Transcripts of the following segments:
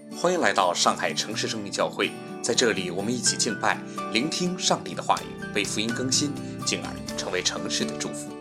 欢迎来到上海城市生命教会，在这里我们一起敬拜，聆听上帝的话语，被福音更新，进而成为城市的祝福。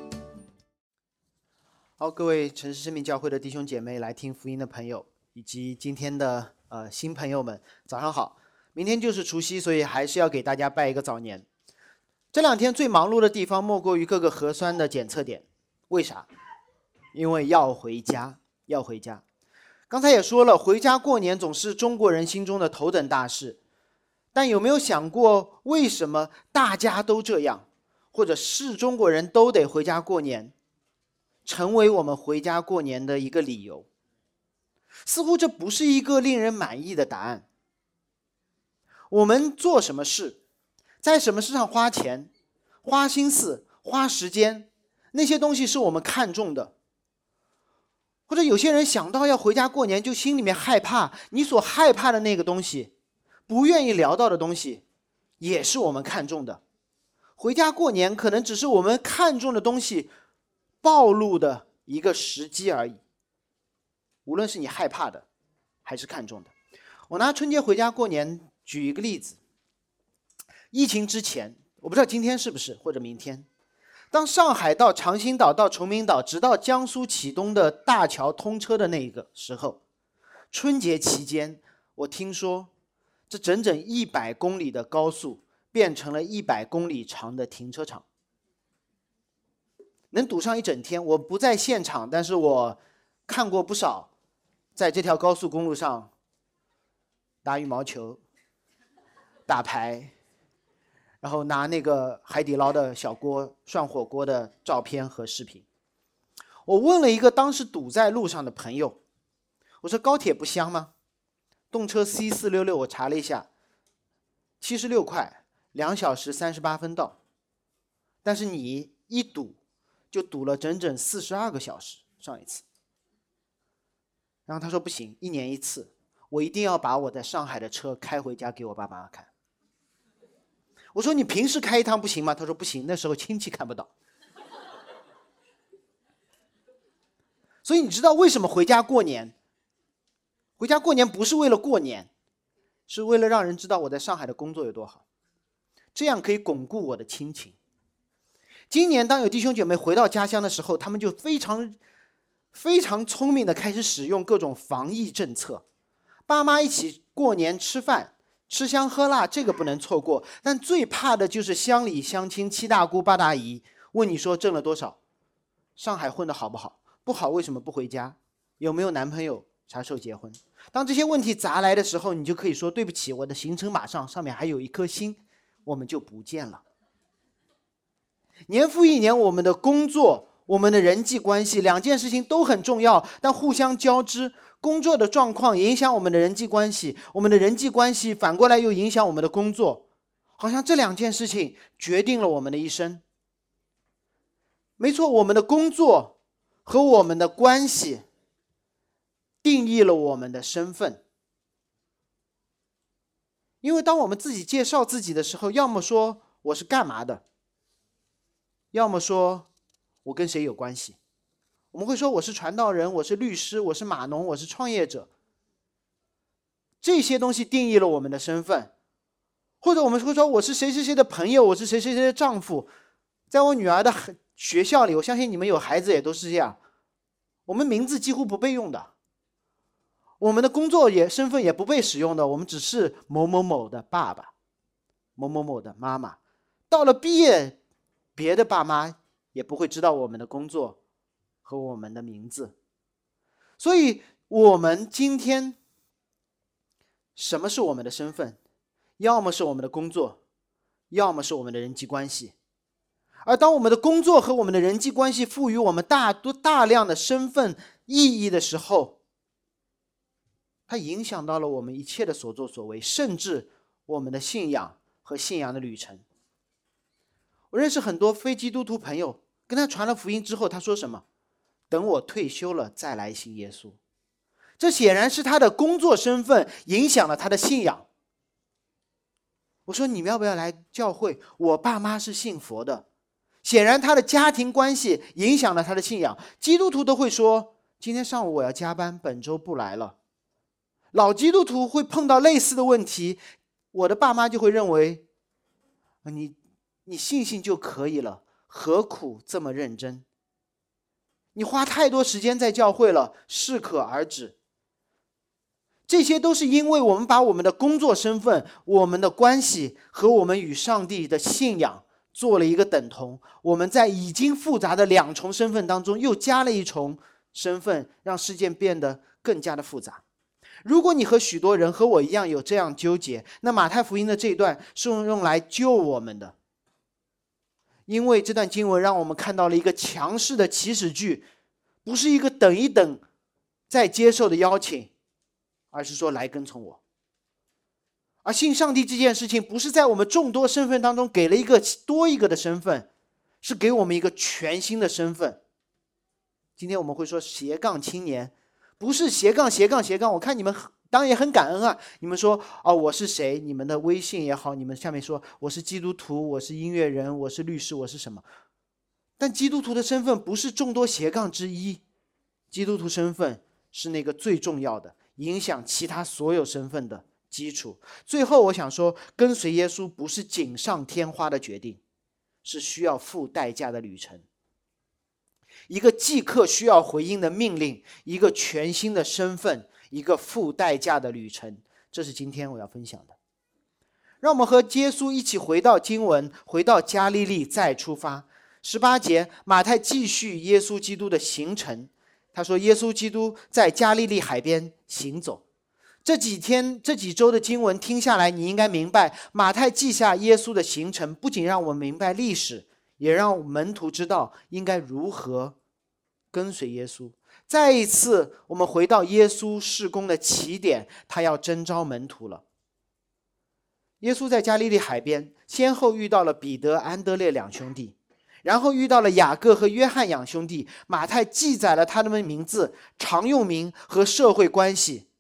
好，各位城市生命教会的弟兄姐妹，来听福音的朋友，以及今天的新朋友们，早上好。明天就是除夕，所以还是要给大家拜一个早年。这两天最忙碌的地方莫过于各个核酸的检测点，为啥？因为要回家，要回家。刚才也说了，回家过年总是中国人心中的头等大事，但有没有想过，为什么大家都这样，或者是中国人都得回家过年，成为我们回家过年的一个理由？似乎这不是一个令人满意的答案。我们做什么事，在什么事上花钱、花心思、花时间，那些东西是我们看重的。或者有些人想到要回家过年，就心里面害怕，你所害怕的那个东西，不愿意聊到的东西，也是我们看重的。回家过年可能只是我们看重的东西暴露的一个时机而已，无论是你害怕的还是看重的。我拿春节回家过年举一个例子。疫情之前，我不知道今天是不是，或者明天，当上海到长兴岛到崇明岛直到江苏启东的大桥通车的那个时候，春节期间我听说这整整100公里的高速变成了100公里长的停车场，能堵上一整天。我不在现场，但是我看过不少在这条高速公路上打羽毛球、打牌，然后拿那个海底捞的小锅涮火锅的照片和视频。我问了一个当时堵在路上的朋友，我说高铁不香吗？动车 C466 我查了一下，76块，2小时38分到。但是你一堵就堵了整整42个小时，上一次。然后他说不行，1年1次，我一定要把我在上海的车开回家给我爸妈看。我说你平时开一趟不行吗？他说不行，那时候亲戚看不到。所以你知道为什么回家过年？回家过年不是为了过年，是为了让人知道我在上海的工作有多好，这样可以巩固我的亲情。今年当有弟兄姐妹回到家乡的时候，他们就非常聪明的开始使用各种防疫政策。爸妈一起过年吃饭，吃香喝辣，这个不能错过。但最怕的就是乡里乡亲、七大姑八大姨问你说挣了多少，上海混得好不好，不好为什么不回家，有没有男朋友，啥时候结婚。当这些问题砸来的时候，你就可以说对不起，我的行程码上面还有一颗星，我们就不见了。年复一年，我们的工作、我们的人际关系两件事情都很重要，但互相交织。工作的状况影响我们的人际关系，我们的人际关系反过来又影响我们的工作，好像这两件事情决定了我们的一生。没错，我们的工作和我们的关系定义了我们的身份。因为当我们自己介绍自己的时候，要么说我是干嘛的，要么说我跟谁有关系。我们会说我是传道人，我是律师，我是码农，我是创业者。这些东西定义了我们的身份。或者我们会说我是谁谁谁的朋友，我是谁谁谁的丈夫。在我女儿的学校里，我相信你们有孩子也都是这样，我们名字几乎不被用的，我们的工作身份也不被使用的，我们只是某某某的爸爸，某某某的妈妈。到了毕业，别的爸妈也不会知道我们的工作和我们的名字。所以我们今天什么是我们的身份？要么是我们的工作，要么是我们的人际关系。而当我们的工作和我们的人际关系赋予我们大量的身份意义的时候，它影响到了我们一切的所作所为，甚至我们的信仰和信仰的旅程。我认识很多非基督徒朋友，跟他传了福音之后，他说什么？等我退休了再来信耶稣。这显然是他的工作身份影响了他的信仰。我说你们要不要来教会？我爸妈是信佛的。显然他的家庭关系影响了他的信仰。基督徒都会说今天上午我要加班，本周不来了。 老基督徒会碰到类似的问题，我的爸妈就会认为，你信信就可以了，何苦这么认真？你花太多时间在教会了，适可而止。这些都是因为我们把我们的工作身份、我们的关系和我们与上帝的信仰做了一个等同。我们在已经复杂的两重身份当中又加了一重身份，让事件变得更加的复杂。如果你和许多人和我一样有这样纠结，那马太福音的这一段是用来救我们的。因为这段经文让我们看到了一个强势的起始句，不是一个等一等再接受的邀请，而是说来跟从我。而信上帝这件事情不是在我们众多身份当中给了多一个的身份，是给我们一个全新的身份。今天我们会说斜杠青年，不是斜杠斜杠斜杠。我看你们当然也很感恩啊，你们说我是谁，你们的微信也好，你们下面说我是基督徒，我是音乐人，我是律师，我是什么。但基督徒的身份不是众多斜杠之一，基督徒身份是那个最重要的，影响其他所有身份的基础。最后我想说，跟随耶稣不是锦上添花的决定，是需要付代价的旅程。一个即刻需要回应的命令，一个全新的身份，一个付代价的旅程，这是今天我要分享的。让我们和耶稣一起回到经文，回到加利利再出发。18节，马太继续耶稣基督的行程。他说耶稣基督在加利利海边行走。这几周的经文听下来，你应该明白，马太记下耶稣的行程，不仅让我们明白历史，也让门徒知道应该如何跟随耶稣。再一次我们回到耶稣事工的起点，他要征召门徒了。耶稣在加利利海边先后遇到了彼得、安德烈两兄弟，然后遇到了雅各和约翰两兄弟。马太记载了他们的名字、常用名和社会关系，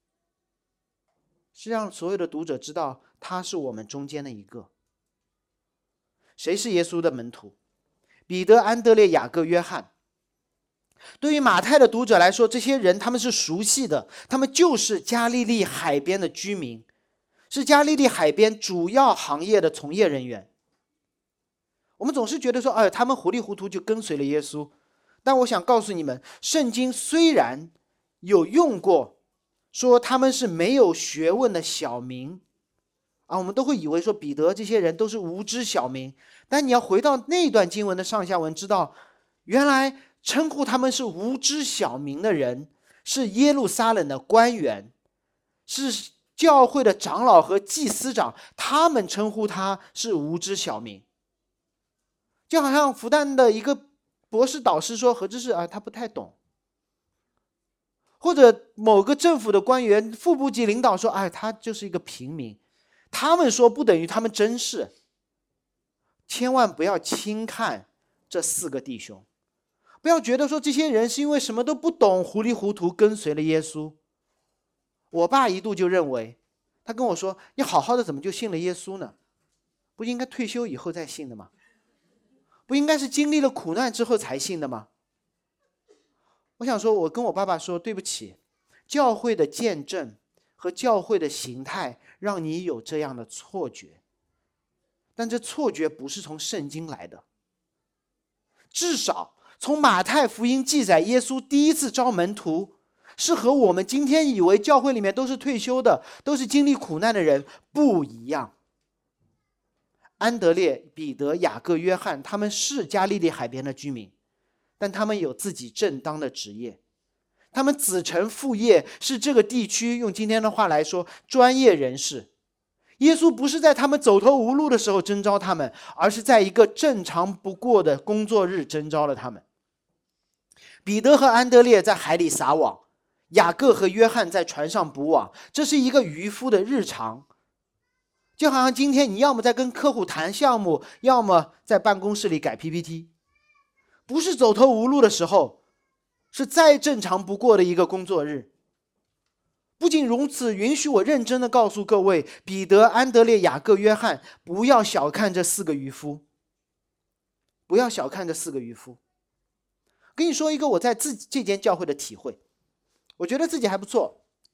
是让所有的读者知道他是我们中间的一个。谁是耶稣的门徒？彼得、安德烈、雅各、约翰。对于马太的读者来说，这些人他们是熟悉的，他们就是加利利海边的居民，是加利利海边主要行业的从业人员。我们总是觉得说，他们糊里糊涂就跟随了耶稣。但我想告诉你们，圣经虽然有用过说他们是没有学问的小民我们都会以为说彼得这些人都是无知小民，但你要回到那段经文的上下文，知道原来称呼他们是无知小民的人是耶路撒冷的官员，是教会的长老和祭司长，他们称呼他是无知小民。就好像复旦的一个博士导师说何知识他不太懂，或者某个政府的官员副部级领导说他就是一个平民，他们说不等于他们真是。千万不要轻看这4个弟兄，不要觉得说这些人是因为什么都不懂，糊里糊涂跟随了耶稣。我爸一度就认为，他跟我说，你好好的怎么就信了耶稣呢？不应该退休以后再信的吗？不应该是经历了苦难之后才信的吗？我想说，我跟我爸爸说，对不起，教会的见证和教会的形态让你有这样的错觉，但这错觉不是从圣经来的。至少从马太福音记载耶稣第一次招门徒，是和我们今天以为教会里面都是退休的，都是经历苦难的人不一样。安德烈、彼得、雅各、约翰，他们是加利利海边的居民，但他们有自己正当的职业，他们子承父业，是这个地区用今天的话来说专业人士。耶稣不是在他们走投无路的时候征召他们，而是在一个正常不过的工作日征召了他们。彼得和安德烈在海里撒网，雅各和约翰在船上捕网，这是一个渔夫的日常。就好像今天你要么在跟客户谈项目，要么在办公室里改 PPT， 不是走投无路的时候，是再正常不过的一个工作日。不仅如此，允许我认真的告诉各位，彼得、安德烈、雅各、约翰，不要小看这4个渔夫，不要小看这4个渔夫。跟你说一个我在这间教会的体会，我觉得自己还不错，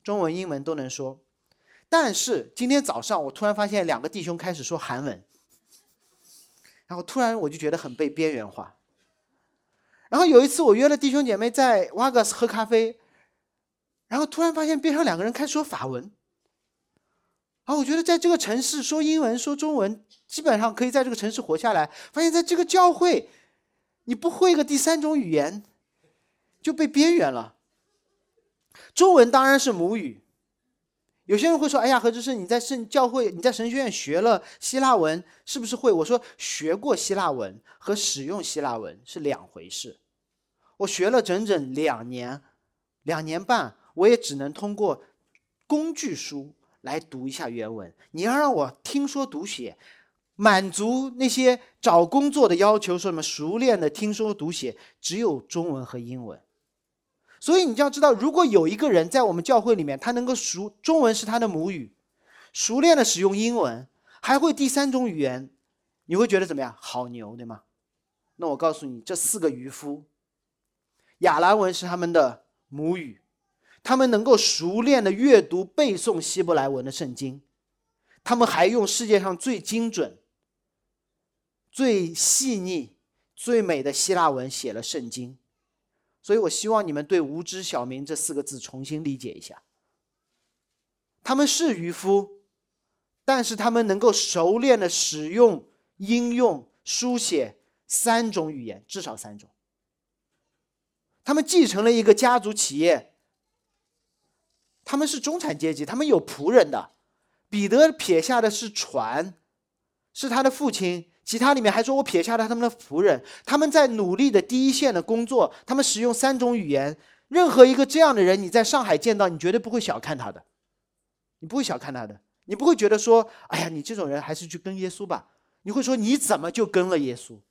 中文、英文都能说。但是今天早上我突然发现2个弟兄开始说韩文，然后突然我就觉得很被边缘化。然后有一次我约了弟兄姐妹在瓦格斯喝咖啡，然后突然发现边上2个人开始说法文。然后我觉得在这个城市说英文说中文基本上可以在这个城市活下来，发现在这个教会你不会个第3种语言就被边缘了。中文当然是母语，有些人会说，哎呀，何执事你在教会你在神学院学了希腊文是不是会？我说学过希腊文和使用希腊文是2回事。我学了整整2年2年半，我也只能通过工具书来读一下原文。你要让我听说读写，满足那些找工作的要求，说什么熟练的听说读写，只有中文和英文。所以你就要知道，如果有一个人在我们教会里面，他能够中文是他的母语，熟练的使用英文，还会第3种语言，你会觉得怎么样？好牛，对吗？那我告诉你，这4个渔夫，亚兰文是他们的母语，他们能够熟练的阅读背诵希伯来文的圣经，他们还用世界上最精准、最细腻、最美的希腊文写了圣经。所以我希望你们对无知小民这4个字重新理解一下。他们是渔夫，但是他们能够熟练的使用、应用、书写3种语言，至少3种。他们继承了一个家族企业，他们是中产阶级，他们有仆人的。彼得撇下的是船，是他的父亲，其他里面还说我撇下了他们的仆人。他们在努力的第一线的工作，他们使用3种语言。任何一个这样的人，你在上海见到，你绝对不会小看他的，你不会小看他的，你不会觉得说，哎呀，你这种人还是去跟耶稣吧。你会说，你怎么就跟了耶稣？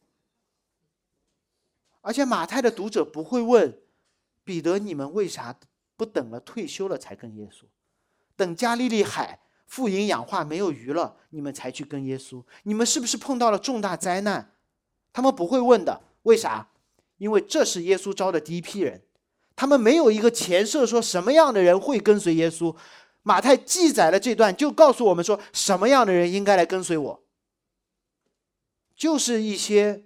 而且马太的读者不会问彼得，你们为啥不等了退休了才跟耶稣？等加利利海富营养化没有鱼了，你们才去跟耶稣？你们是不是碰到了重大灾难？他们不会问的。为啥？因为这是耶稣招的第一批人，他们没有一个前设说什么样的人会跟随耶稣。马太记载了这段，就告诉我们说什么样的人应该来跟随我，就是一些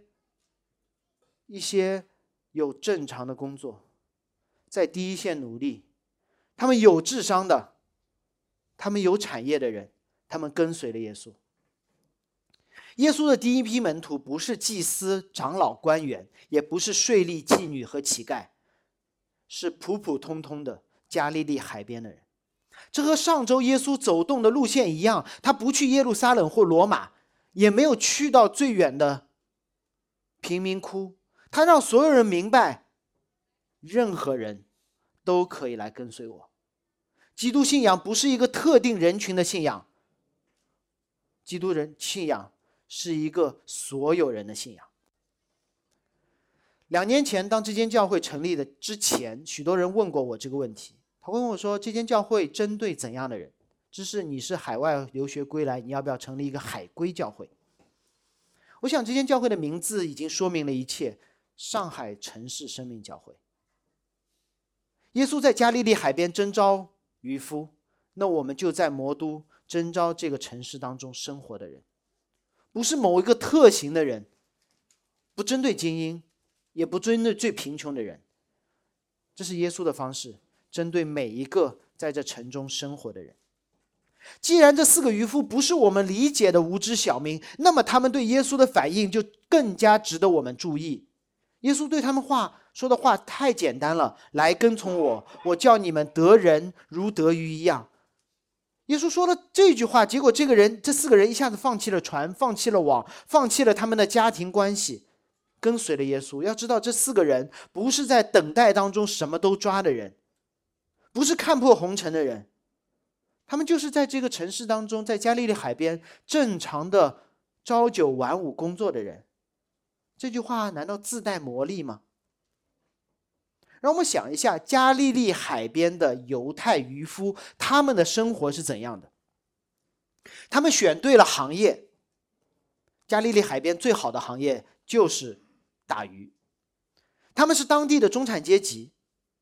有正常的工作，在第一线努力，他们有智商的，他们有产业的人，他们跟随了耶稣。耶稣的第一批门徒不是祭司、长老、官员，也不是税吏、妓女和乞丐，是普普通通的加利利海边的人。这和上周耶稣走动的路线一样，他不去耶路撒冷或罗马，也没有去到最远的贫民窟，他让所有人明白，任何人都可以来跟随我。基督信仰不是一个特定人群的信仰，基督信仰是一个所有人的信仰。2年前，当这间教会成立的之前，许多人问过我这个问题。他问我说，这间教会针对怎样的人？只是你是海外留学归来，你要不要成立一个海归教会？我想这间教会的名字已经说明了一切，上海城市生命教会。耶稣在加利利海边征召渔夫，那我们就在魔都征召这个城市当中生活的人，不是某一个特型的人，不针对精英，也不针对最贫穷的人，这是耶稣的方式，针对每一个在这城中生活的人。既然这4个渔夫不是我们理解的无知小民，那么他们对耶稣的反应就更加值得我们注意。耶稣对他们说的话太简单了，来跟从我，我叫你们得人如得鱼一样。耶稣说了这句话，结果这4个人一下子放弃了船，放弃了网，放弃了他们的家庭关系，跟随了耶稣。要知道这4个人不是在等待当中什么都抓的人，不是看破红尘的人，他们就是在这个城市当中，在加利利海边正常的朝九晚五工作的人。这句话难道自带魔力吗？让我们想一下，加利利海边的犹太渔夫，他们的生活是怎样的？他们选对了行业，加利利海边最好的行业就是打鱼。他们是当地的中产阶级，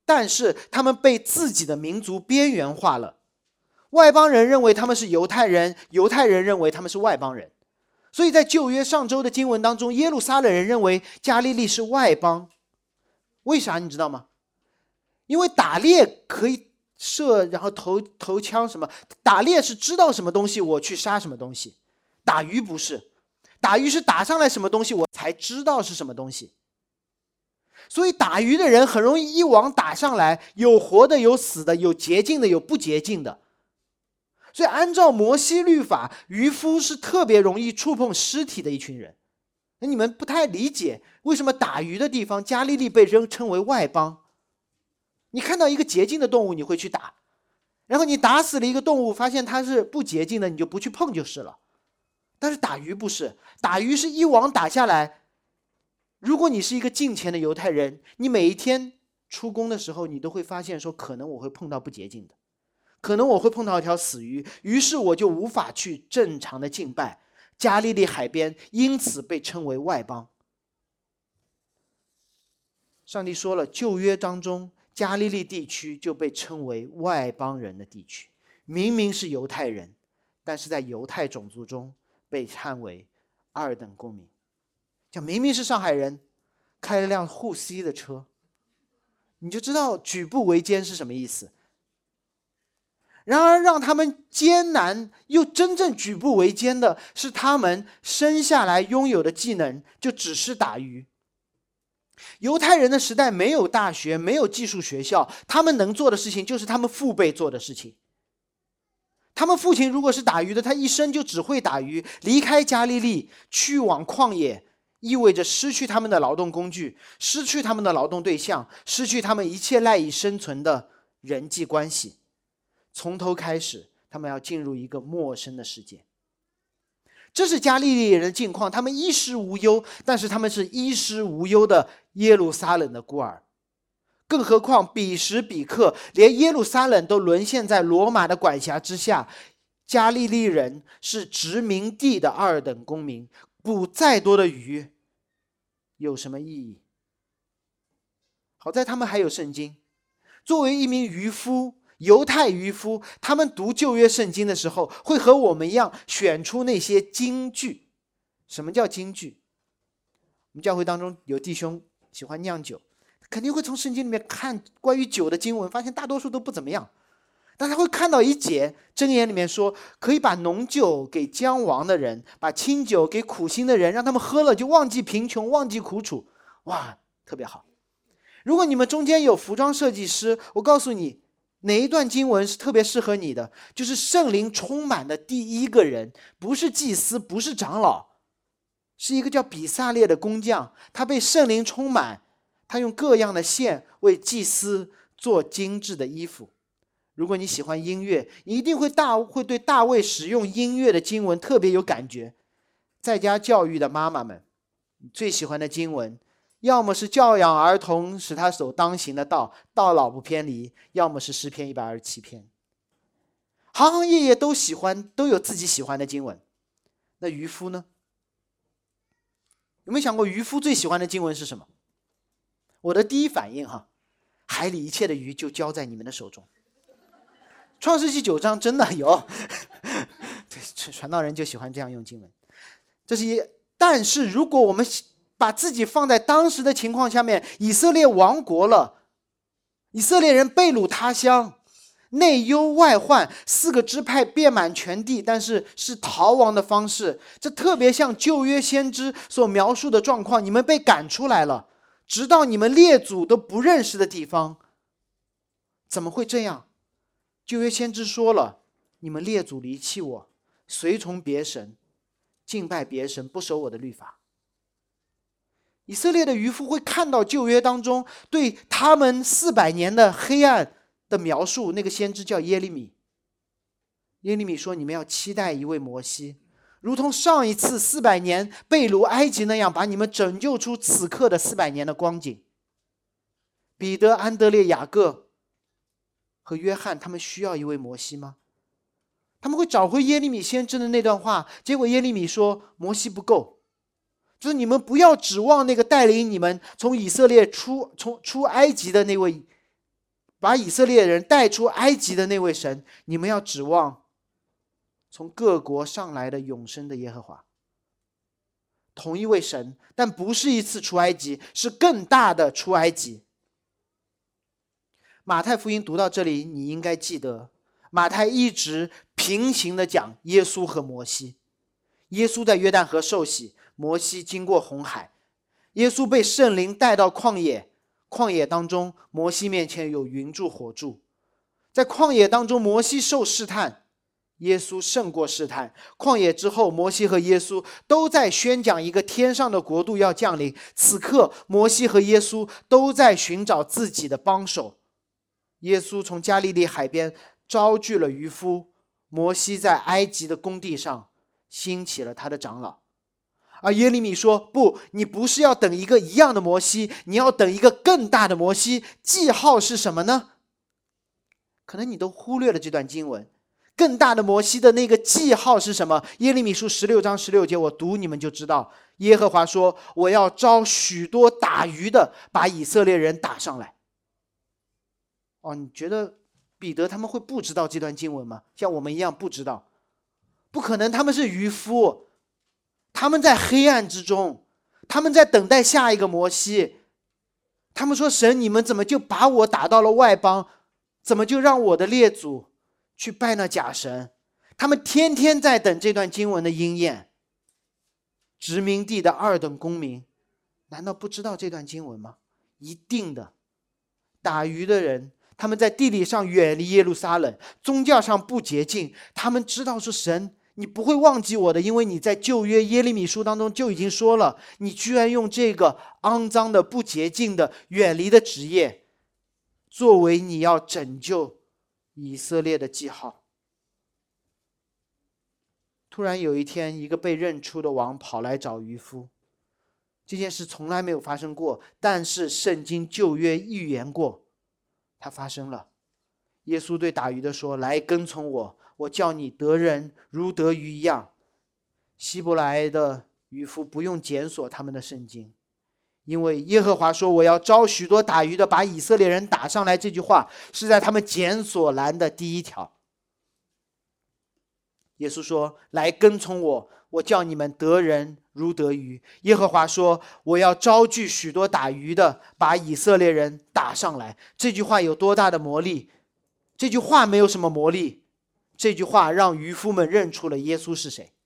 但是他们被自己的民族边缘化了。外邦人认为他们是犹太人，犹太人认为他们是外邦人。所以在旧约上周的经文当中，耶路撒冷人认为加利利是外邦。为啥你知道吗？因为打猎可以射，然后投枪什么，打猎是知道什么东西我去杀什么东西，打鱼不是，打鱼是打上来什么东西我才知道是什么东西。所以打鱼的人很容易一网打上来，有活的有死的，有洁净的有不洁净的。所以按照摩西律法，渔夫是特别容易触碰尸体的一群人。你们不太理解为什么打鱼的地方加利利被称为外邦。你看到一个洁净的动物你会去打，然后你打死了一个动物发现它是不洁净的，你就不去碰就是了。但是打鱼不是，打鱼是一网打下来。如果你是一个敬虔的犹太人，你每一天出工的时候你都会发现说，可能我会碰到不洁净的，可能我会碰到一条死鱼，于是我就无法去正常的敬拜。加利利海边因此被称为外邦。上帝说了，旧约当中加利利地区就被称为外邦人的地区，明明是犹太人，但是在犹太种族中被看为二等公民。讲明明是上海人，开了辆沪 C 的车，你就知道举步维艰是什么意思。然而让他们艰难又真正举步维艰的是，他们生下来拥有的技能就只是打鱼。犹太人的时代没有大学，没有技术学校，他们能做的事情就是他们父辈做的事情。他们父亲如果是打鱼的，他一生就只会打鱼。离开加利利去往旷野，意味着失去他们的劳动工具，失去他们的劳动对象，失去他们一切赖以生存的人际关系。从头开始，他们要进入一个陌生的世界。这是加利利人的境况，他们衣食无忧，但是他们是衣食无忧的耶路撒冷的孤儿。更何况彼时彼刻，连耶路撒冷都沦陷在罗马的管辖之下，加利利人是殖民地的二等公民，捕再多的鱼有什么意义？好在他们还有圣经。作为一名渔夫，犹太渔夫，他们读旧约圣经的时候，会和我们一样选出那些金句。什么叫金句？我们教会当中有弟兄喜欢酿酒，肯定会从圣经里面看关于酒的经文，发现大多数都不怎么样。但他会看到一节箴言里面说，可以把浓酒给将亡的人，把清酒给苦心的人，让他们喝了就忘记贫穷，忘记苦楚。哇，特别好。如果你们中间有服装设计师，我告诉你，哪一段经文是特别适合你的？就是圣灵充满的第一个人，不是祭司，不是长老，是一个叫比萨列的工匠。他被圣灵充满，他用各样的线为祭司做精致的衣服。如果你喜欢音乐，你一定会对大卫使用音乐的经文特别有感觉。在家教育的妈妈们，你最喜欢的经文要么是教养儿童使他走当行的道，到老不偏离，要么是诗篇127篇。行行业业都喜欢，都有自己喜欢的经文。那渔夫呢？有没有想过渔夫最喜欢的经文是什么？我的第一反应海里一切的鱼就交在你们的手中。创世纪9章真的有对，传道人就喜欢这样用经文。但是如果我们把自己放在当时的情况下面，以色列亡国了，以色列人被掳他乡，内忧外患，4个支派遍满全地，但是是逃亡的方式。这特别像旧约先知所描述的状况，你们被赶出来了，直到你们列祖都不认识的地方。怎么会这样？旧约先知说了，你们列祖离弃我，随从别神，敬拜别神，不守我的律法。以色列的渔夫会看到旧约当中对他们400年的黑暗的描述。那个先知叫耶利米。耶利米说，你们要期待一位摩西，如同上一次400年被掳埃及那样，把你们拯救出此刻的400年的光景。彼得、安德烈、雅各和约翰，他们需要一位摩西吗？他们会找回耶利米先知的那段话，结果耶利米说，摩西不够，就是你们不要指望那个带领你们从以色列出埃及的那位把以色列人带出埃及的那位神，你们要指望从各国上来的永生的耶和华。同一位神，但不是一次出埃及，是更大的出埃及。马太福音读到这里，你应该记得，马太一直平行的讲耶稣和摩西。耶稣在约旦河受洗，摩西经过红海，耶稣被圣灵带到旷野，旷野当中摩西面前有云柱火柱，在旷野当中摩西受试探，耶稣胜过试探。旷野之后，摩西和耶稣都在宣讲一个天上的国度要降临，此刻摩西和耶稣都在寻找自己的帮手。耶稣从加利利海边招聚了渔夫，摩西在埃及的工地上兴起了他的长老。而耶利米说，不，你不是要等一个一样的摩西，你要等一个更大的摩西。记号是什么呢？可能你都忽略了这段经文，更大的摩西的那个记号是什么？耶利米书16章16节，我读你们就知道。耶和华说，我要招许多打鱼的，把以色列人打上来。你觉得彼得他们会不知道这段经文吗？像我们一样不知道？不可能，他们是渔夫，他们在黑暗之中，他们在等待下一个摩西。他们说，神，你们怎么就把我打到了外邦？怎么就让我的列祖去拜那假神？他们天天在等这段经文的应验。殖民地的二等公民难道不知道这段经文吗？一定的。打鱼的人，他们在地理上远离耶路撒冷，宗教上不洁净，他们知道说，神，你不会忘记我的，因为你在旧约耶利米书当中就已经说了，你居然用这个肮脏的、不洁净的、远离的职业作为你要拯救以色列的记号。突然有一天，一个被认出的王跑来找渔夫，这件事从来没有发生过，但是圣经旧约预言过，它发生了。耶稣对打鱼的说，来跟从我，我叫你得人如得鱼一样。希伯来的渔夫不用检索他们的圣经，因为耶和华说，我要招许多打鱼的，把以色列人打上来，这句话是在他们检索栏的第一条。耶稣说，来跟从我，我叫你们得人如得鱼。耶和华说，我要招聚许多打鱼的，把以色列人打上来。这句话有多大的魔力？这句话没有什么魔力，这句话让渔夫们认出了耶稣是谁。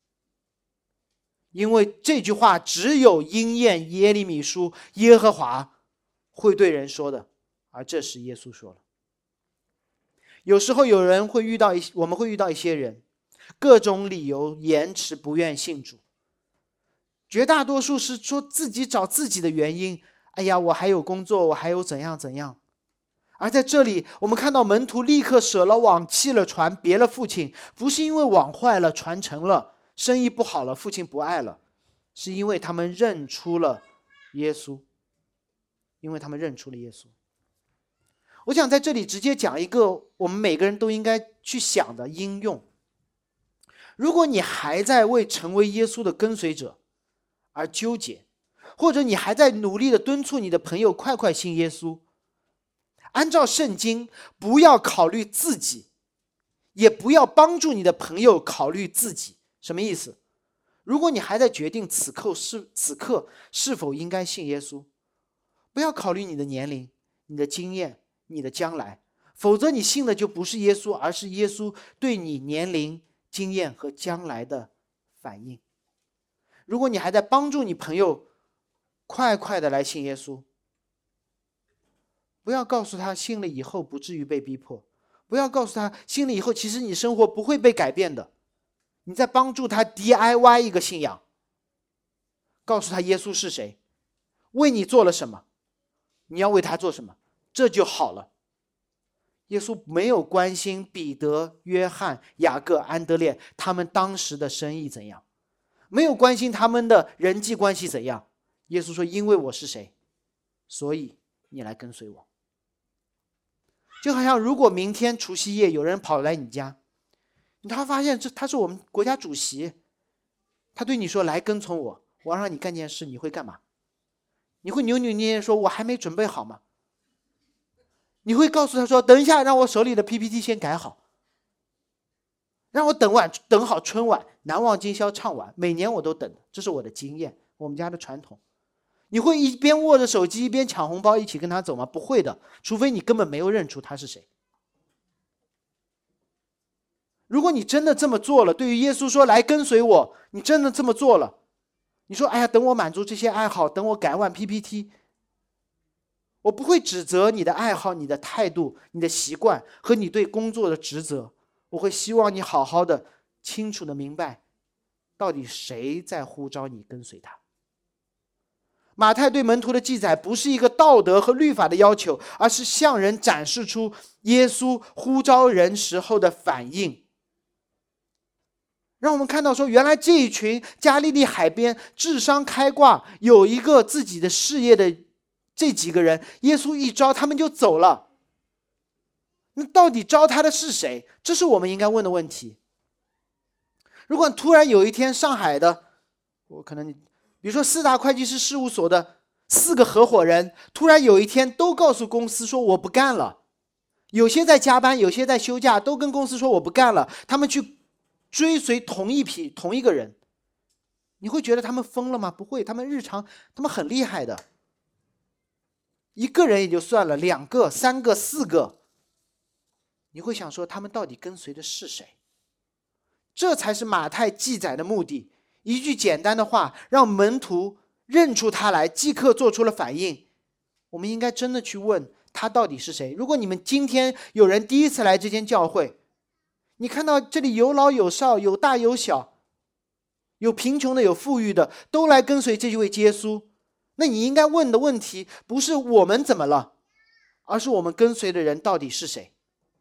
因为这句话只有应验耶利米书耶和华会对人说的，而这时耶稣说了。有时候我们会遇到一些人，各种理由延迟不愿信主，绝大多数是说自己找自己的原因，哎呀，我还有工作，我还有怎样怎样。而在这里我们看到门徒立刻舍了网，弃了船，别了父亲，不是因为网坏了，船沉了，生意不好了，父亲不爱了，是因为他们认出了耶稣。我想在这里直接讲一个我们每个人都应该去想的应用。如果你还在为成为耶稣的跟随者而纠结，或者你还在努力的敦促你的朋友快快信耶稣，按照圣经，不要考虑自己，也不要帮助你的朋友考虑自己。什么意思？如果你还在决定此刻是否应该信耶稣，不要考虑你的年龄、你的经验、你的将来，否则你信的就不是耶稣，而是耶稣对你年龄、经验和将来的反应。如果你还在帮助你朋友快快的来信耶稣，不要告诉他信了以后不至于被逼迫，不要告诉他信了以后其实你生活不会被改变的，你在帮助他 DIY 一个信仰。告诉他耶稣是谁，为你做了什么，你要为他做什么，这就好了。耶稣没有关心彼得、约翰、雅各、安德烈他们当时的生意怎样，没有关心他们的人际关系怎样。耶稣说，因为我是谁，所以你来跟随我。就好像如果明天除夕夜有人跑来你家，他发现他是我们国家主席，他对你说，来跟从我，我要让你干件事，你会干嘛？你会扭扭捏捏说，我还没准备好吗？ 你会告诉他说，等一下，让我手里的 PPT 先改好，让我等好春晚，难忘今宵唱完，每年我都等，这是我的经验，我们家的传统。你会一边握着手机一边抢红包一起跟他走吗？不会的，除非你根本没有认出他是谁。如果你真的这么做了，对于耶稣说来跟随我，你真的这么做了，你说哎呀，等我满足这些爱好，等我改完 PPT， 我不会指责你的爱好、你的态度、你的习惯和你对工作的职责，我会希望你好好的清楚的明白到底谁在呼召你跟随他。马太对门徒的记载不是一个道德和律法的要求，而是向人展示出耶稣呼召人时候的反应。让我们看到说，原来这一群加利利海边智商开挂，有一个自己的事业的这几个人，耶稣一招他们就走了。那到底招他的是谁？这是我们应该问的问题。如果突然有一天上海的，比如说4大会计师事务所的4个合伙人，突然有一天都告诉公司说我不干了，有些在加班，有些在休假，都跟公司说我不干了，他们去追随同一个人，你会觉得他们疯了吗？不会，他们很厉害的。一个人也就算了，2个、3个、4个，你会想说他们到底跟随的是谁？这才是马太记载的目的。一句简单的话，让门徒认出他来，即刻做出了反应。我们应该真的去问他到底是谁。如果你们今天有人第一次来这间教会，你看到这里有老有少，有大有小，有贫穷的有富裕的，都来跟随这位耶稣，那你应该问的问题不是我们怎么了，而是我们跟随的人到底是谁。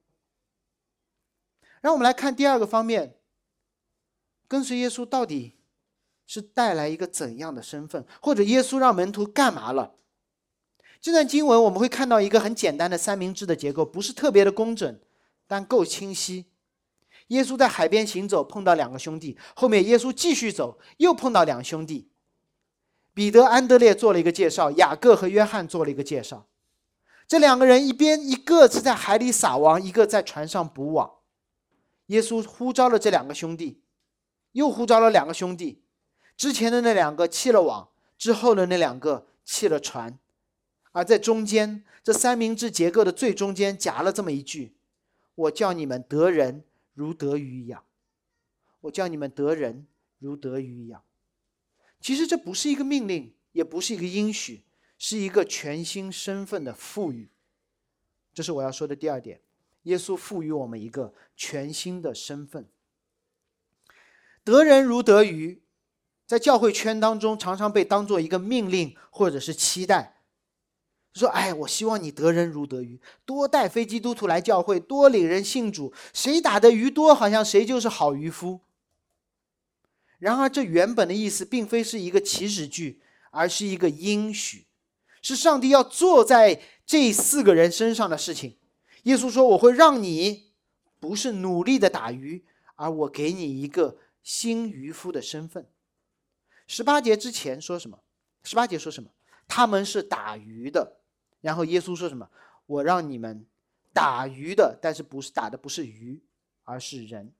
让我们来看第二个方面，跟随耶稣到底是带来一个怎样的身份，或者耶稣让门徒干嘛了。这段经文我们会看到一个很简单的三明治的结构，不是特别的工整，但够清晰。耶稣在海边行走，碰到2个兄弟，后面耶稣继续走，又碰到2兄弟，彼得、安德烈做了一个介绍，雅各和约翰做了一个介绍。这2个人一个是在海里撒网，一个在船上捕网。耶稣呼召了这2个兄弟，又呼召了2个兄弟，之前的那2个弃了网，之后的那2个弃了船。而在中间，这三明治结构的最中间夹了这么一句：我叫你们得人如得鱼一样。我叫你们得人如得鱼一样。其实这不是一个命令，也不是一个应许，是一个全新身份的赋予。这是我要说的第2点，耶稣赋予我们一个全新的身份。得人如得鱼，在教会圈当中常常被当作一个命令或者是期待。说我希望你得人如得鱼，多带非基督徒来教会，多领人信主，谁打的鱼多，好像谁就是好渔夫。然而这原本的意思并非是一个祈使句，而是一个应许，是上帝要做在这4个人身上的事情。耶稣说，我会让你不是努力的打鱼，而我给你一个新渔夫的身份。18节之前说什么？18节说什么？他们是打鱼的。然后耶稣说什么？我让你们打鱼的，但是打的不是鱼，而是人。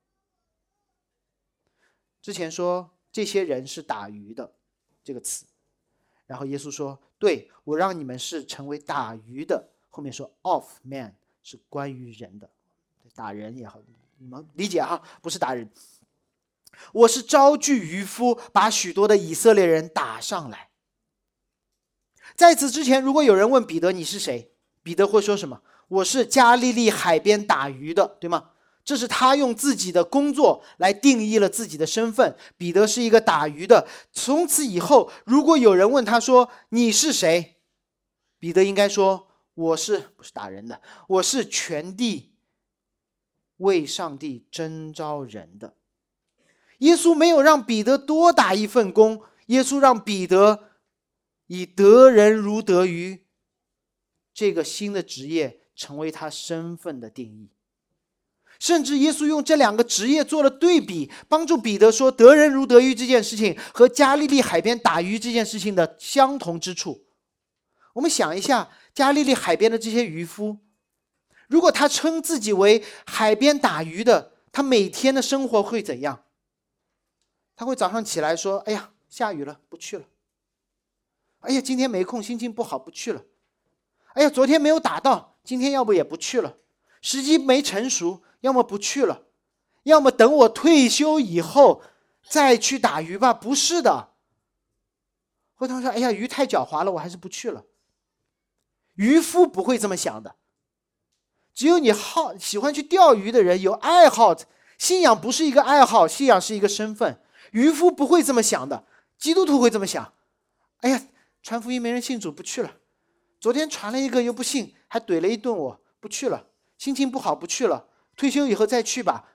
之前说这些人是打鱼的这个词，然后耶稣说，对，我让你们是成为打鱼的，后面说 of man 是关于人的，打人也好，你们理解哈，不是打人。我是招聚渔夫，把许多的以色列人打上来。在此之前，如果有人问彼得你是谁，彼得会说什么？我是加利利海边打鱼的，对吗？这是他用自己的工作来定义了自己的身份。彼得是一个打鱼的。从此以后，如果有人问他说你是谁，彼得应该说不是打人的，我是全地为上帝征召人的。耶稣没有让彼得多打一份工，耶稣让彼得以得人如得鱼这个新的职业成为他身份的定义。甚至耶稣用这2个职业做了对比，帮助彼得说得人如得鱼这件事情和加利利海边打鱼这件事情的相同之处。我们想一下， 加利利海边的这些渔夫，如果他称自己为海边打鱼的，他每天的生活会怎样？他会早上起来说，哎呀，下雨了，不去了。哎呀，今天没空，心情不好，不去了。哎呀，昨天没有打到，今天要不也不去了。时机没成熟，要么不去了，要么等我退休以后再去打鱼吧。不是的，或者说，哎呀，鱼太狡猾了，我还是不去了。渔夫不会这么想的。只有你喜欢去钓鱼的人，有爱好，信仰不是一个爱好，信仰是一个身份。渔夫不会这么想的，基督徒会这么想。哎呀，传福音没人信主，不去了。昨天传了一个又不信，还怼了一顿我，不去了。心情不好，不去了。退休以后再去吧。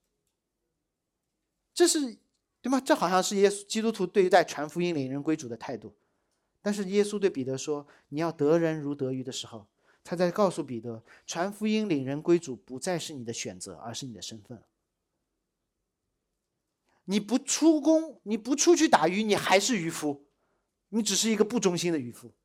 这是对吗？这好像是耶稣基督徒对待传福音领人归主的态度。但是耶稣对彼得说，你要得人如得鱼的时候，他在告诉彼得，传福音领人归主不再是你的选择，而是你的身份。你不出工，你不出去打鱼，你还是渔夫，你只是一个不忠心的渔夫。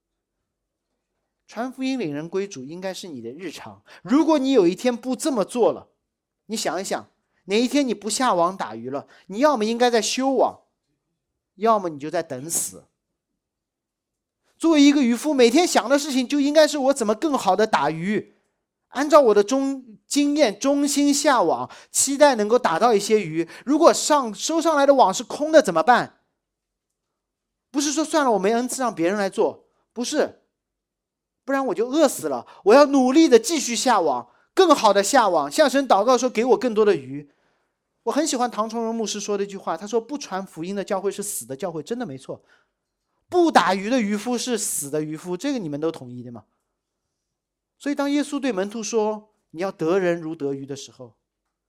传福音领人归主应该是你的日常。如果你有一天不这么做了，你想一想，哪一天你不下网打鱼了，你要么应该在修网，要么你就在等死。作为一个渔夫，每天想的事情就应该是我怎么更好的打鱼，按照我的经验忠心下网，期待能够打到一些鱼。如果收上来的网是空的怎么办？不是说算了，我没恩赐让别人来做，不是，不然我就饿死了。我要努力的继续下网，更好的下网，向神祷告说给我更多的鱼。我很喜欢唐崇荣牧师说的一句话，他说不传福音的教会是死的教会，真的没错。不打鱼的渔夫是死的渔夫，这个你们都同意的吗？所以当耶稣对门徒说你要得人如得鱼的时候，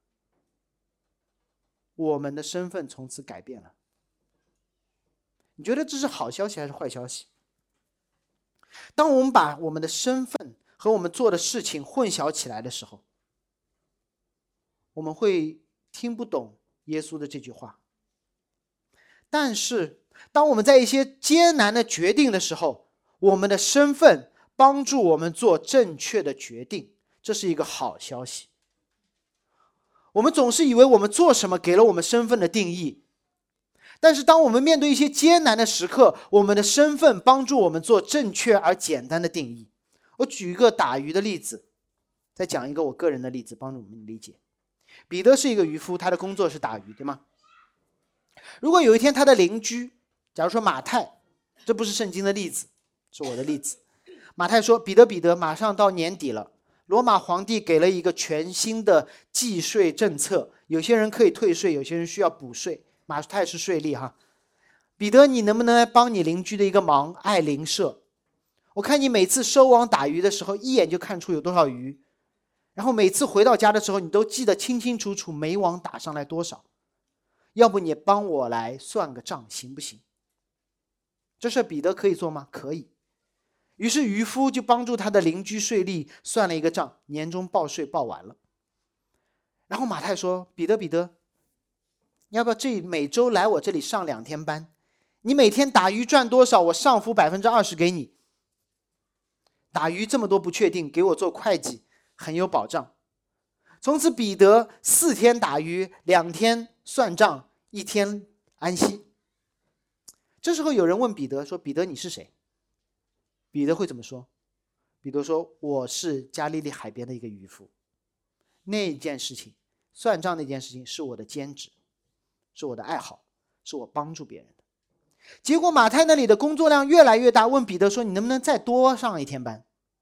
我们的身份从此改变了。你觉得这是好消息还是坏消息？当我们把我们的身份和我们做的事情混淆起来的时候，我们会听不懂耶稣的这句话。但是当我们在一些艰难的决定的时候，我们的身份帮助我们做正确的决定，这是一个好消息。我们总是以为我们做什么给了我们身份的定义，但是当我们面对一些艰难的时刻，我们的身份帮助我们做正确而简单的定义。我举一个打鱼的例子，再讲一个我个人的例子，帮助我们理解。彼得是一个渔夫，他的工作是打鱼，对吗？如果有一天他的邻居，假如说马太，这不是圣经的例子，是我的例子。马太说，彼得，马上到年底了，罗马皇帝给了一个全新的计税政策，有些人可以退税，有些人需要补税。马太是税吏哈。彼得，你能不能来帮你邻居的一个忙，爱邻舍？我看你每次收网打鱼的时候，一眼就看出有多少鱼，然后每次回到家的时候，你都记得清清楚楚每网打上来多少。要不你帮我来算个账行不行？这事彼得可以做吗？可以。于是渔夫就帮助他的邻居税吏算了一个账，年终报税报完了。然后马太说，彼得，要不要每周来我这里上2天班？你每天打鱼赚多少，我上浮20%给你。打鱼这么多不确定，给我做会计很有保障。从此彼得4天打鱼，2天算账，1天安息。这时候有人问彼得说，彼得你是谁？彼得会怎么说？彼得说，我是加利利海边的一个渔夫。那件事情，算账那件事情是我的兼职，是我的爱好，是我帮助别人的。结果马太那里的工作量越来越大，问彼得说，你能不能再多上1天班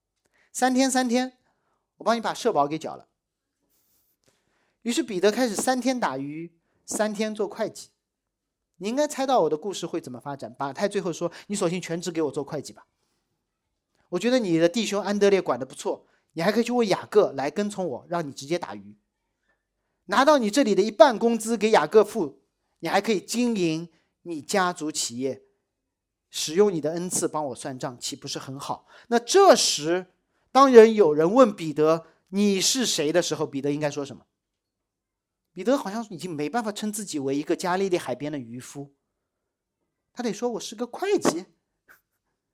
？3天，我帮你把社保给缴了。于是彼得开始3天打鱼，3天做会计。你应该猜到我的故事会怎么发展。马太最后说，你索性全职给我做会计吧。我觉得你的弟兄安德烈管得不错，你还可以去问雅各来跟从我，让你直接打鱼，拿到你这里的1半工资给雅各付，你还可以经营你家族企业，使用你的恩赐帮我算账，岂不是很好？那这时当有人问彼得你是谁的时候，彼得应该说什么？彼得好像已经没办法称自己为一个加利利海边的渔夫，他得说我是个会计。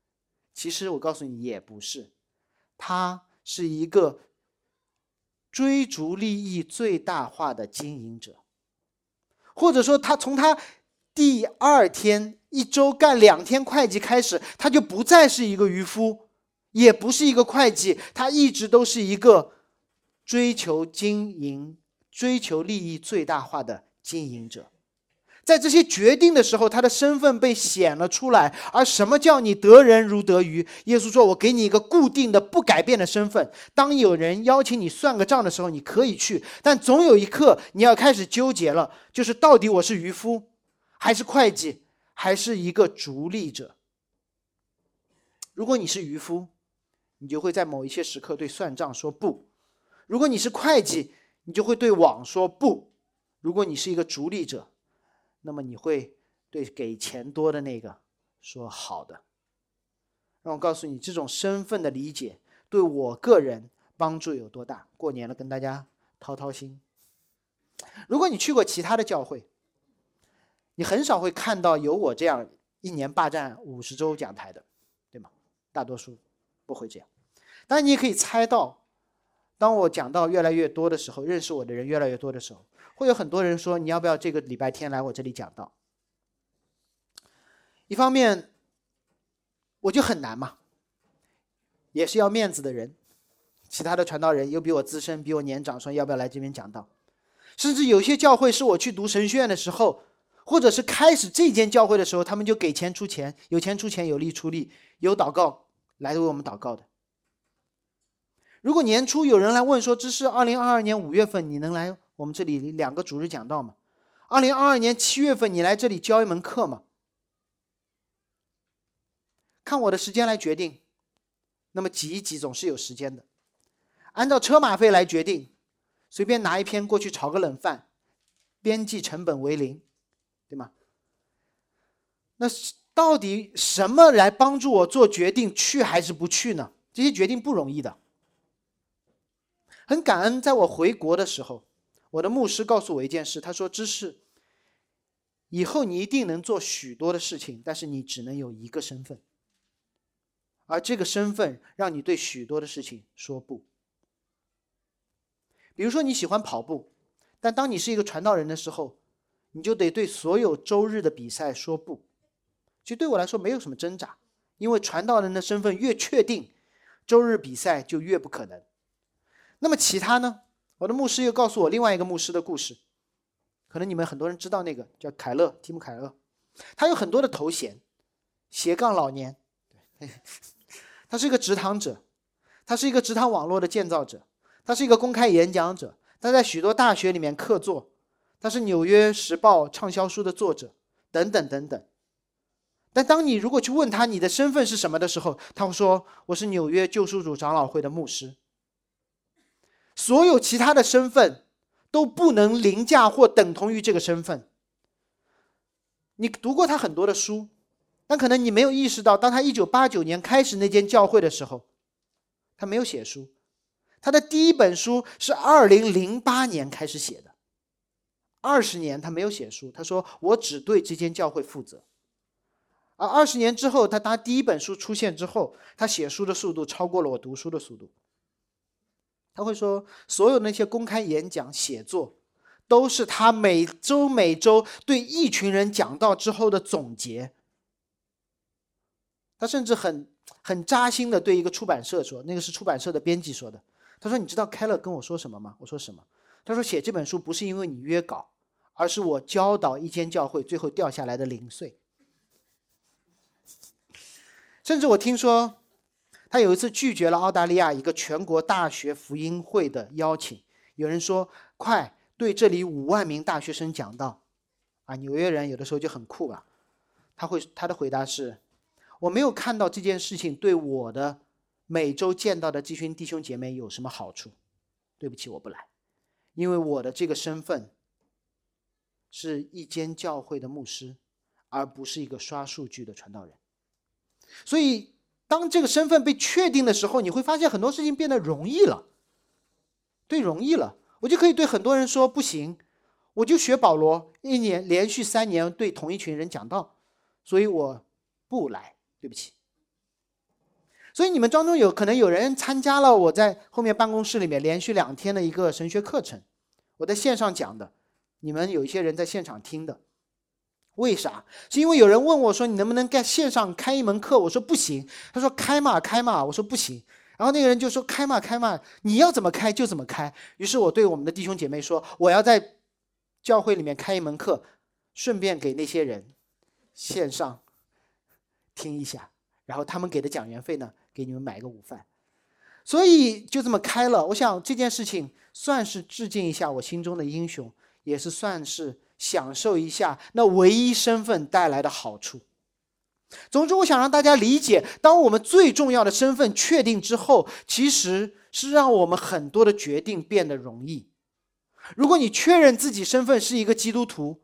其实我告诉你也不是，他是一个追逐利益最大化的经营者，或者说他从他第2天1周干2天会计开始，他就不再是一个渔夫，也不是一个会计，他一直都是一个追求经营、追求利益最大化的经营者。在这些决定的时候，他的身份被显了出来。而什么叫你得人如得鱼？耶稣说，我给你一个固定的不改变的身份，当有人邀请你算个账的时候，你可以去，但总有一刻你要开始纠结了，就是到底我是渔夫还是会计还是一个逐利者。如果你是渔夫，你就会在某一些时刻对算账说不；如果你是会计，你就会对网说不；如果你是一个逐利者，那么你会对给钱多的那个说好的。让我告诉你，这种身份的理解对我个人帮助有多大。过年了，跟大家掏掏心。如果你去过其他的教会，你很少会看到有我这样1年霸占50周讲台的，对吗？大多数不会这样。当然你也可以猜到，当我讲到越来越多的时候，认识我的人越来越多的时候，会有很多人说，你要不要这个礼拜天来我这里讲道？一方面我就很难嘛，也是要面子的人，其他的传道人又比我资深，比我年长，说要不要来这边讲道？甚至有些教会是我去读神学院的时候，或者是开始这间教会的时候，他们就给钱出钱，有钱出钱，有力出力，有祷告来为我们祷告的。如果年初有人来问说，这是2022年5月份你能来我们这里2个主日讲道吗？2022年7月份你来这里教一门课吗？看我的时间来决定，那么挤一挤总是有时间的。按照车马费来决定，随便拿一篇过去炒个冷饭，边际成本为0，对吗？那到底什么来帮助我做决定，去还是不去呢？这些决定不容易的。很感恩，在我回国的时候，我的牧师告诉我一件事，他说，知识以后你一定能做许多的事情，但是你只能有一个身份，而这个身份让你对许多的事情说不。比如说你喜欢跑步，但当你是一个传道人的时候，你就得对所有周日的比赛说不。其实对我来说没有什么挣扎，因为传道人的身份越确定，周日比赛就越不可能。那么其他呢？我的牧师又告诉我另外一个牧师的故事，可能你们很多人知道，那个叫凯勒，提姆凯勒，他有很多的头衔，斜杠老年，他是一个植堂者，他是一个植堂网络的建造者，他是一个公开演讲者，他在许多大学里面客座，他是纽约时报畅销书的作者，等等等等。但当你如果去问他你的身份是什么的时候，他会说，我是纽约救赎主长老会的牧师。所有其他的身份都不能凌驾或等同于这个身份。你读过他很多的书，但可能你没有意识到，当他1989年开始那间教会的时候，他没有写书。他的第一本书是2008年开始写的，20年他没有写书。他说，我只对这间教会负责。而20年之后，他第一本书出现之后，他写书的速度超过了我读书的速度。他会说，所有那些公开演讲、写作，都是他每周对一群人讲道之后的总结。他甚至很扎心的对一个出版社说，那个是出版社的编辑说的，他说，你知道凯勒跟我说什么吗？我说什么？他说，写这本书不是因为你约稿，而是我教导一间教会最后掉下来的零碎。甚至我听说他有一次拒绝了澳大利亚一个全国大学福音会的邀请，有人说，快对这里5万名大学生讲道啊！纽约人有的时候就很酷啊，他的回答是，我没有看到这件事情对我的每周见到的这群弟兄姐妹有什么好处，对不起，我不来，因为我的这个身份是一间教会的牧师，而不是一个刷数据的传道人。所以当这个身份被确定的时候，你会发现很多事情变得容易了，容易了。我就可以对很多人说，不行，我就学保罗，连续3年对同一群人讲道，所以我不来，对不起。 所以你们当中可能有人参加了我在后面办公室里面连续2天的一个神学课程，我在线上讲的，你们有一些人在现场听的。为啥？是因为有人问我说你能不能在线上开一门课，我说不行。他说开嘛，我说不行。然后那个人就说开嘛，你要怎么开就怎么开。于是我对我们的弟兄姐妹说，我要在教会里面开一门课，顺便给那些人线上听一下，然后他们给的讲员费呢，给你们买个午饭。所以就这么开了。我想这件事情算是致敬一下我心中的英雄，也是算是享受一下那唯一身份带来的好处。总之，我想让大家理解，当我们最重要的身份确定之后，其实是让我们很多的决定变得容易。如果你确认自己身份是一个基督徒，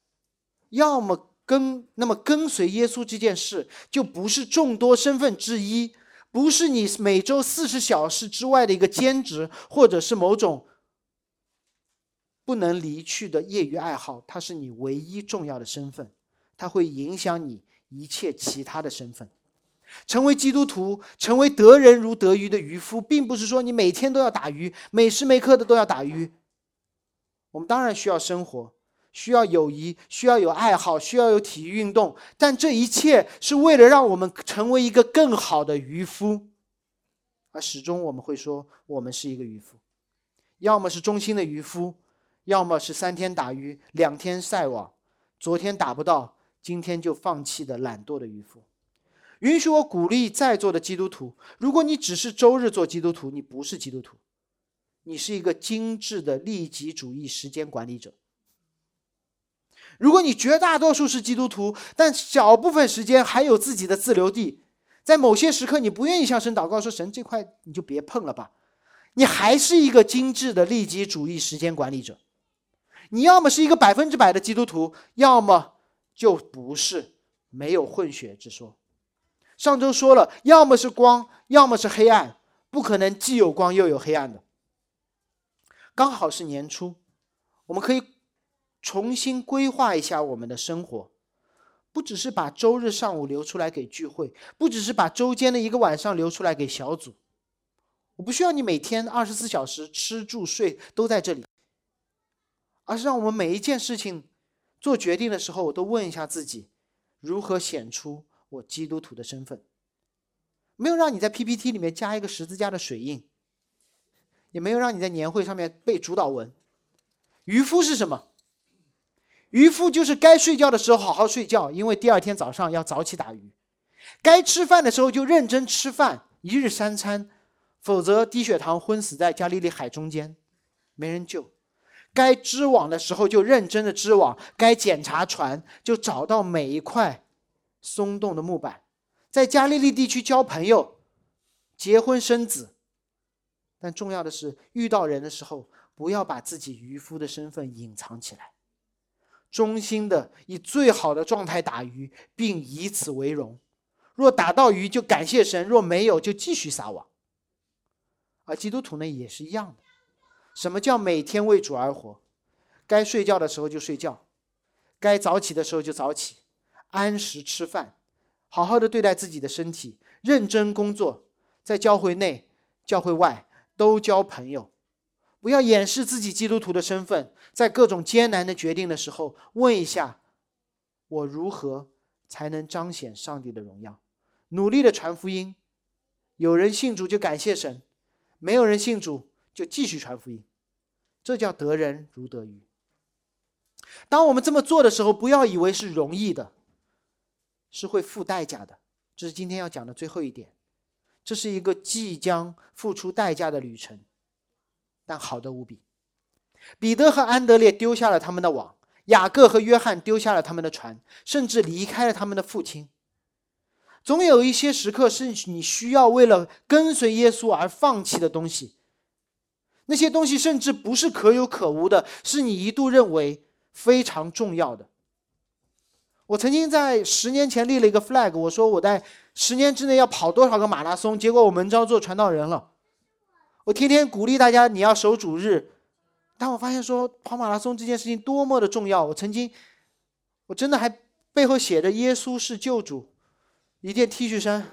那么跟随耶稣这件事就不是众多身份之一，不是你每周40小时之外的一个兼职，或者是某种不能离去的业余爱好，它是你唯一重要的身份，它会影响你一切其他的身份。成为基督徒，成为得人如得鱼的渔夫，并不是说你每天都要打鱼，每时每刻的都要打鱼。我们当然需要生活，需要友谊，需要有爱好，需要有体育运动，但这一切是为了让我们成为一个更好的渔夫。而始终我们会说我们是一个渔夫，要么是忠心的渔夫，要么是3天打鱼2天晒网，昨天打不到，今天就放弃的懒惰的渔夫。允许我鼓励在座的基督徒，如果你只是周日做基督徒，你不是基督徒，你是一个精致的利己主义时间管理者。如果你绝大多数是基督徒，但小部分时间还有自己的自留地，在某些时刻你不愿意向神祷告，说神这块你就别碰了吧，你还是一个精致的利己主义时间管理者。你要么是一个100%的基督徒，要么就不是，没有混血之说。上周说了，要么是光，要么是黑暗，不可能既有光又有黑暗的。刚好是年初，我们可以重新规划一下我们的生活，不只是把周日上午留出来给聚会，不只是把周间的一个晚上留出来给小组。我不需要你每天24小时吃住睡都在这里，而是让我们每一件事情做决定的时候，我都问一下自己，如何显出我基督徒的身份。没有让你在 PPT 里面加一个十字架的水印，也没有让你在年会上面背主导文。渔夫是什么？渔夫就是该睡觉的时候好好睡觉，因为第2天早上要早起打鱼。该吃饭的时候就认真吃饭，1日3餐，否则低血糖昏死在加利利海中间，没人救。该织网的时候就认真的织网，该检查船就找到每一块松动的木板，在加利利地区交朋友，结婚生子。但重要的是，遇到人的时候不要把自己渔夫的身份隐藏起来，忠心的以最好的状态打鱼，并以此为荣。若打到鱼就感谢神，若没有就继续撒网。而基督徒呢也是一样的。什么叫每天为主而活？该睡觉的时候就睡觉，该早起的时候就早起，按时吃饭，好好的对待自己的身体，认真工作，在教会内教会外都交朋友。不要掩饰自己基督徒的身份，在各种艰难的决定的时候，问一下我如何才能彰显上帝的荣耀。努力的传福音，有人信主就感谢神，没有人信主就继续传福音，这叫得人如得鱼。当我们这么做的时候，不要以为是容易的，是会付代价的。这是今天要讲的最后一点，这是一个即将付出代价的旅程，但好得无比。彼得和安德烈丢下了他们的网，雅各和约翰丢下了他们的船，甚至离开了他们的父亲。总有一些时刻是你需要为了跟随耶稣而放弃的东西，那些东西甚至不是可有可无的，是你一度认为非常重要的。我曾经在10年前立了一个 flag， 我说我在10年之内要跑多少个马拉松，结果我门招做传道人了。我天天鼓励大家你要守主日，但我发现说跑马拉松这件事情多么的重要。我真的还背后写着耶稣是救主，一件 T 恤衫，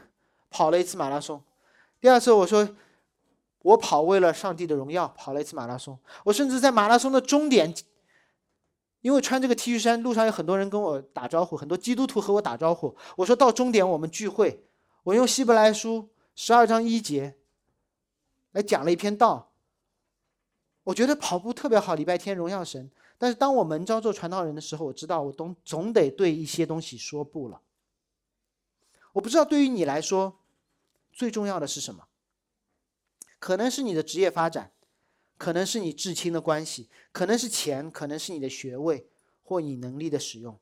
跑了一次马拉松。第二次我说我跑为了上帝的荣耀，跑了一次马拉松。我甚至在马拉松的终点，因为穿这个 T 恤衫，路上有很多人跟我打招呼，很多基督徒和我打招呼。我说到终点我们聚会，我用希伯来书12章1节来讲了一篇道。我觉得跑步特别好，礼拜天荣耀神。但是当我门召做传道人的时候，我知道我总得对一些东西说不了。我不知道对于你来说最重要的是什么，可能是你的职业发展，可能是你至亲的关系，可能是钱，可能是你的学位或你能力的使用。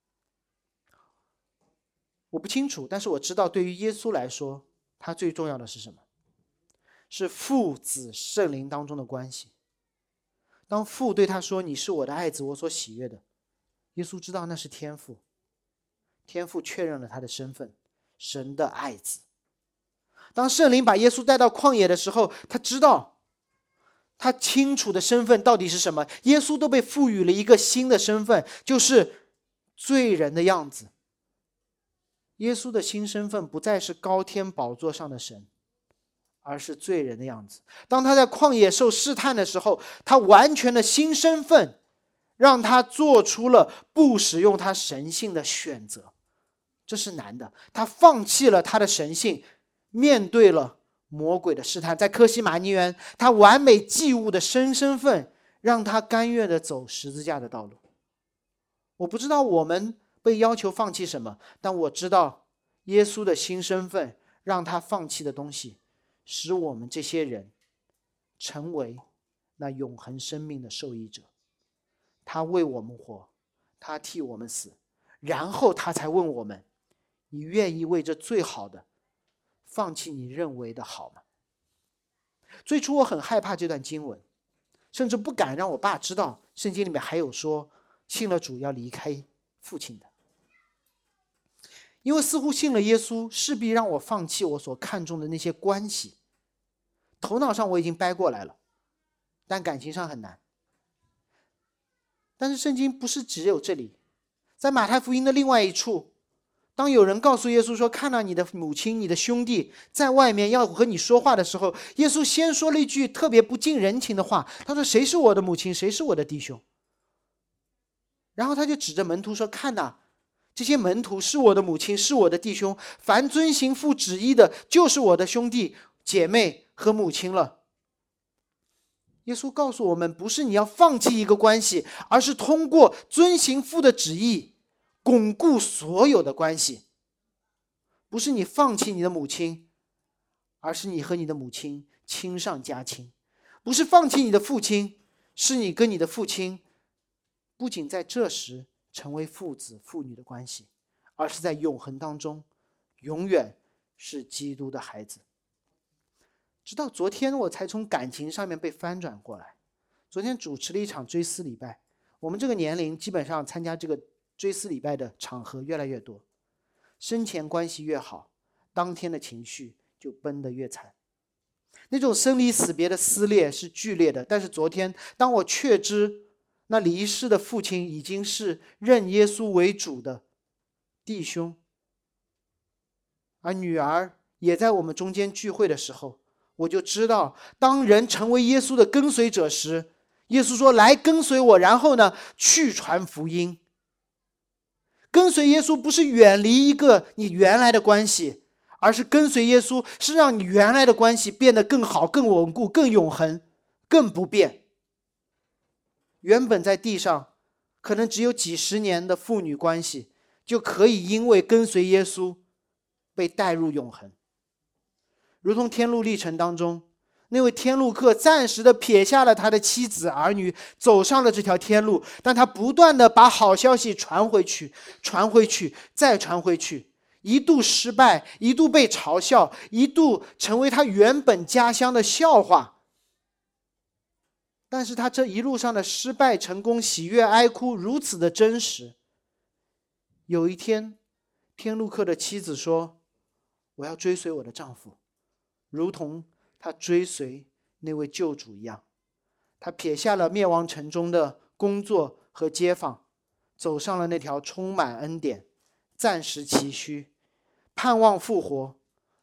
我不清楚，但是我知道对于耶稣来说，他最重要的是什么？是父子圣灵当中的关系。当父对他说你是我的爱子，我所喜悦的，耶稣知道那是天父，天父确认了他的身份，神的爱子。当圣灵把耶稣带到旷野的时候，他知道他清楚的身份到底是什么。耶稣都被赋予了一个新的身份，就是罪人的样子。耶稣的新身份不再是高天宝座上的神，而是罪人的样子。当他在旷野受试探的时候，他完全的新身份让他做出了不使用他神性的选择，这是难的。他放弃了他的神性，面对了魔鬼的试探。在客西马尼园，他完美祭物的新身份让他甘愿的走十字架的道路。我不知道我们被要求放弃什么，但我知道耶稣的新身份让他放弃的东西，使我们这些人成为那永恒生命的受益者。他为我们活，他替我们死，然后他才问我们，你愿意为这最好的放弃你认为的好吗？最初我很害怕这段经文，甚至不敢让我爸知道圣经里面还有说信了主要离开父亲的，因为似乎信了耶稣势必让我放弃我所看重的那些关系。头脑上我已经掰过来了，但感情上很难。但是圣经不是只有这里，在马太福音的另外一处，当有人告诉耶稣说看到你的母亲你的兄弟在外面要和你说话的时候，耶稣先说了一句特别不近人情的话，他说谁是我的母亲，谁是我的弟兄。然后他就指着门徒说，看哪，这些门徒是我的母亲，是我的弟兄，凡遵行父旨意的就是我的兄弟姐妹和母亲了。耶稣告诉我们，不是你要放弃一个关系，而是通过遵行父的旨意巩固所有的关系。不是你放弃你的母亲，而是你和你的母亲亲上加亲。不是放弃你的父亲，是你跟你的父亲不仅在这时成为父子父女的关系，而是在永恒当中永远是基督的孩子。直到昨天我才从感情上面被翻转过来。昨天主持了一场追思礼拜，我们这个年龄基本上参加这个追思礼拜的场合越来越多，生前关系越好，当天的情绪就崩得越惨。那种生离死别的撕裂是剧烈的，但是昨天当我确知那离世的父亲已经是认耶稣为主的弟兄，而女儿也在我们中间聚会的时候，我就知道当人成为耶稣的跟随者时，耶稣说来跟随我，然后呢去传福音。跟随耶稣不是远离一个你原来的关系，而是跟随耶稣是让你原来的关系变得更好、更稳固、更永恒、更不变。原本在地上可能只有几十年的父女关系，就可以因为跟随耶稣被带入永恒。如同天路历程当中，那位天路客暂时的撇下了他的妻子儿女，走上了这条天路，但他不断的把好消息传回去，传回去，再传回去，一度失败，一度被嘲笑，一度成为他原本家乡的笑话。但是他这一路上的失败、成功、喜悦、哀哭如此的真实。有一天，天路客的妻子说，我要追随我的丈夫，如同他追随那位救主一样。他撇下了灭亡城中的工作和街坊，走上了那条充满恩典、暂时崎岖、盼望复活、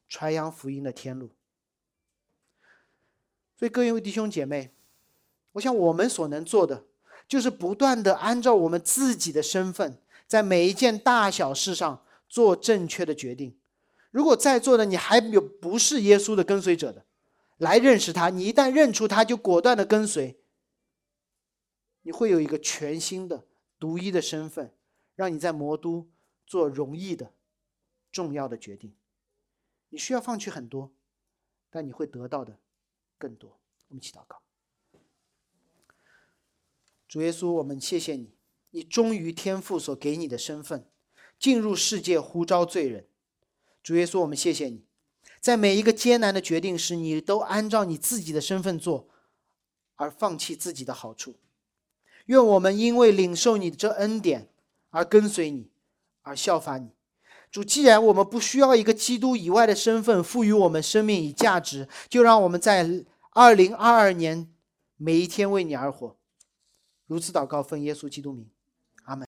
传扬福音的天路。所以各位弟兄姐妹，我想我们所能做的就是不断的按照我们自己的身份，在每一件大小事上做正确的决定。如果在座的你还有不是耶稣的跟随者的，来认识他，你一旦认出他，就果断的跟随，你会有一个全新的独一的身份，让你在魔都做容易的重要的决定。你需要放弃很多，但你会得到的更多。我们一起祷告。主耶稣，我们谢谢你，你忠于天父所给你的身份，进入世界呼召罪人。主耶稣，我们谢谢你，在每一个艰难的决定时，你都按照你自己的身份做，而放弃自己的好处。愿我们因为领受你的这恩典而跟随你，而效法你。主，既然我们不需要一个基督以外的身份赋予我们生命以价值，就让我们在2022年每一天为你而活。如此祷告，奉耶稣基督名。